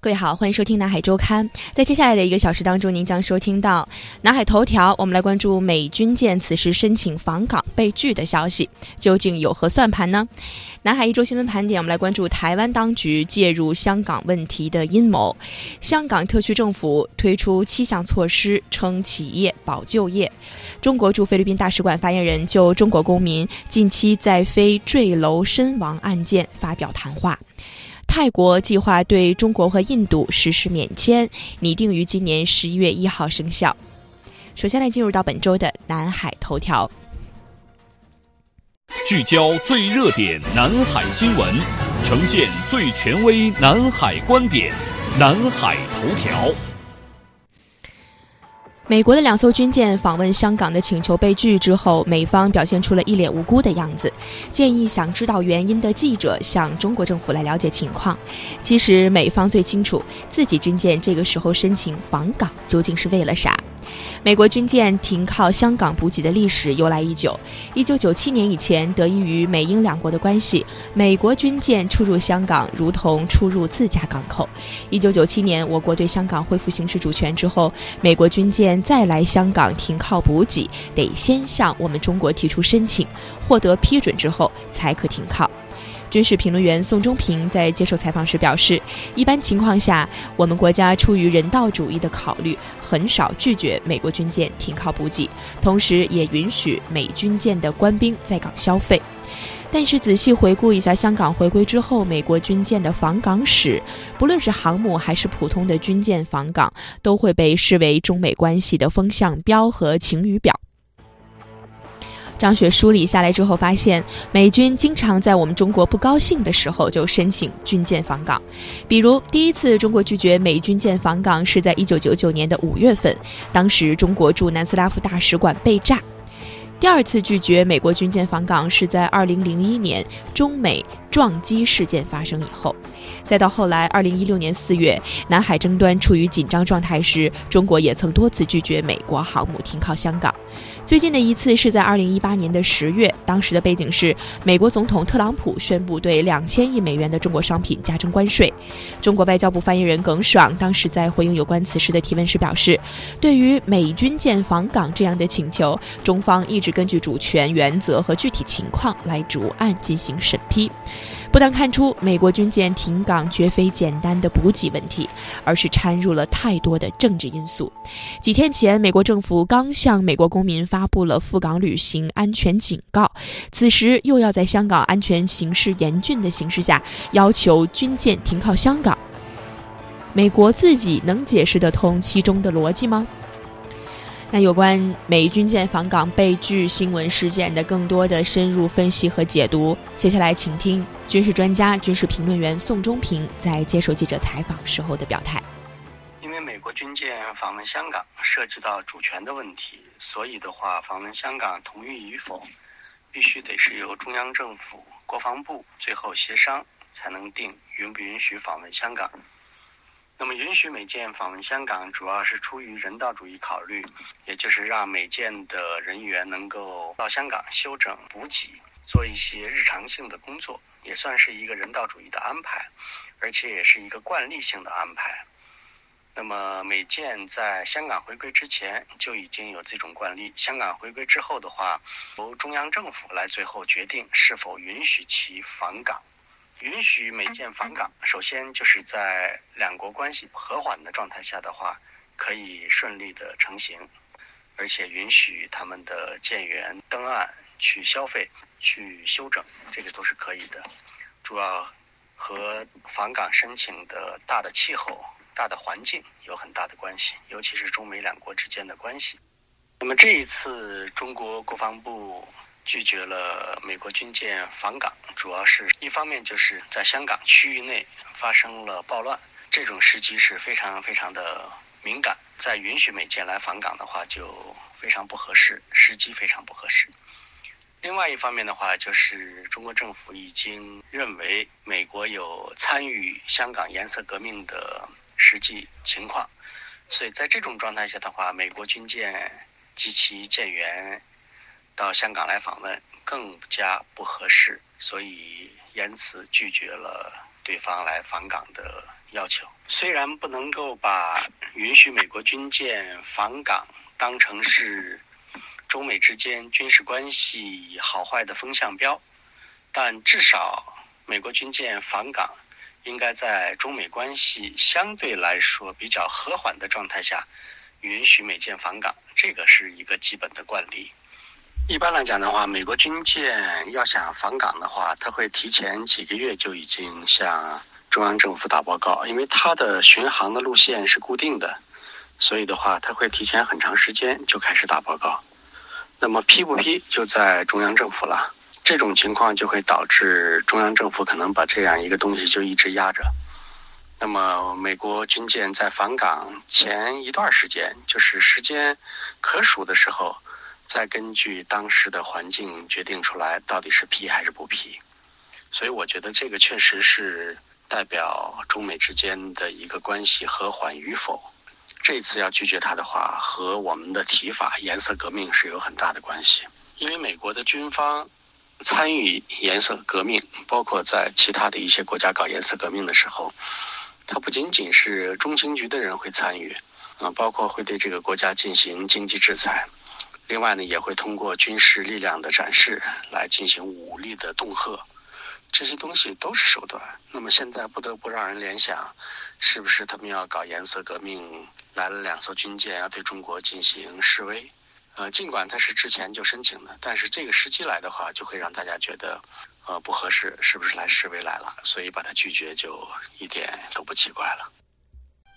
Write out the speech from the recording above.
各位好，欢迎收听南海周刊。在接下来的1个小时当中，您将收听到南海头条，我们来关注美军舰此时申请访港被拒的消息，究竟有何算盘呢？南海一周新闻盘点，我们来关注台湾当局介入香港问题的阴谋。香港特区政府推出7项措施，称企业保就业。中国驻菲律宾大使馆发言人就中国公民近期在菲坠楼身亡案件发表谈话。泰国计划对中国和印度实施免签，拟定于今年11月1号生效。首先来进入到本周的南海头条， 聚焦最热点南海新闻，呈现最权威南海观点，南海头条。 美国的2艘军舰访问香港的请求被拒之后，美方表现出了一脸无辜的样子，建议想知道原因的记者向中国政府来了解情况。其实美方最清楚自己军舰这个时候申请访港究竟是为了啥。美国军舰停靠香港补给的历史由来已久。1997年以前，得益于美英2国的关系，美国军舰出入香港如同出入自家港口。1997年，我国对香港恢复行使主权之后，美国军舰再来香港停靠补给，得先向我们中国提出申请，获得批准之后才可停靠。军事评论员宋忠平在接受采访时表示，一般情况下，我们国家出于人道主义的考虑，很少拒绝美国军舰停靠补给，同时也允许美军舰的官兵在港消费。但是仔细回顾一下香港回归之后美国军舰的访港史，不论是航母还是普通的军舰访港，都会被视为中美关系的风向标和晴雨表。张雪梳理下来之后发现，美军经常在我们中国不高兴的时候就申请军舰访港。比如第一次中国拒绝美军舰访港是在1999年的5月份，当时中国驻南斯拉夫大使馆被炸。第2次拒绝美国军舰访港是在2001年中美撞击事件发生以后。再到后来2016年4月，南海争端处于紧张状态时，中国也曾多次拒绝美国航母停靠香港。最近的一次是在2018年的10月，当时的背景是美国总统特朗普宣布对2000亿美元的中国商品加征关税。中国外交部发言人耿爽当时在回应有关此事的提问时表示，对于美军舰访港这样的请求，中方一直根据主权原则和具体情况来逐案进行审批。不但看出美国军舰停港绝非简单的补给问题，而是掺入了太多的政治因素。几天前，美国政府刚向美国公民发布了赴港旅行安全警告，此时又要在香港安全形势严峻的形势下要求军舰停靠香港，美国自己能解释得通其中的逻辑吗？那有关美军舰访港被拒新闻事件的更多的深入分析和解读，接下来请听军事专家、军事评论员宋忠平在接受记者采访时候的表态。 因为美国军舰访问香港涉及到主权的问题，所以的话，访问香港同意与否，必须得是由中央政府、国防部最后协商，才能定允不允许访问香港。那么允许美舰访问香港，主要是出于人道主义考虑，也就是让美舰的人员能够到香港休整补给，做一些日常性的工作，也算是一个人道主义的安排，而且也是一个惯例性的安排。那么美舰在香港回归之前就已经有这种惯例，香港回归之后的话，由中央政府来最后决定是否允许其访港。允许美舰访港，首先就是在2国关系和缓的状态下的话，可以顺利的成行，而且允许他们的舰员登岸去消费、去休整，这个都是可以的。主要和访港申请的大的气候、大的环境有很大的关系，尤其是中美2国之间的关系。那么这一次中国国防部拒绝了美国军舰访港，主要是一方面就是在香港区域内发生了暴乱，这种时机是非常非常的敏感，再允许美舰来访港的话就非常不合适，时机非常不合适。另外一方面的话，就是中国政府已经认为美国有参与香港颜色革命的实际情况，所以在这种状态下的话，美国军舰及其舰员到香港来访问更加不合适，所以言辞拒绝了对方来访港的要求。虽然不能够把允许美国军舰访港当成是中美之间军事关系好坏的风向标，但至少美国军舰访港应该在中美关系相对来说比较和缓的状态下允许美舰访港，这个是一个基本的惯例。一般来讲的话，美国军舰要想访港的话，它会提前几个月就已经向中央政府打报告，因为它的巡航的路线是固定的，所以的话它会提前很长时间就开始打报告。那么批不批就在中央政府了，这种情况就会导致中央政府可能把这样一个东西就一直压着。那么美国军舰在访港前一段时间，就是时间可数的时候，再根据当时的环境决定出来到底是批还是不批。所以我觉得这个确实是代表中美之间的一个关系和缓与否。这次要拒绝它的话，和我们的提法颜色革命是有很大的关系。因为美国的军方参与颜色革命，包括在其他的一些国家搞颜色革命的时候，它不仅仅是中情局的人会参与，包括会对这个国家进行经济制裁。另外呢，也会通过军事力量的展示来进行武力的恫吓，这些东西都是手段。那么现在不得不让人联想，是不是他们要搞颜色革命，来了2艘军舰要对中国进行示威？尽管它是之前就申请的，但是这个时机来的话，就会让大家觉得不合适，是不是来示威来了？所以把它拒绝就一点都不奇怪了。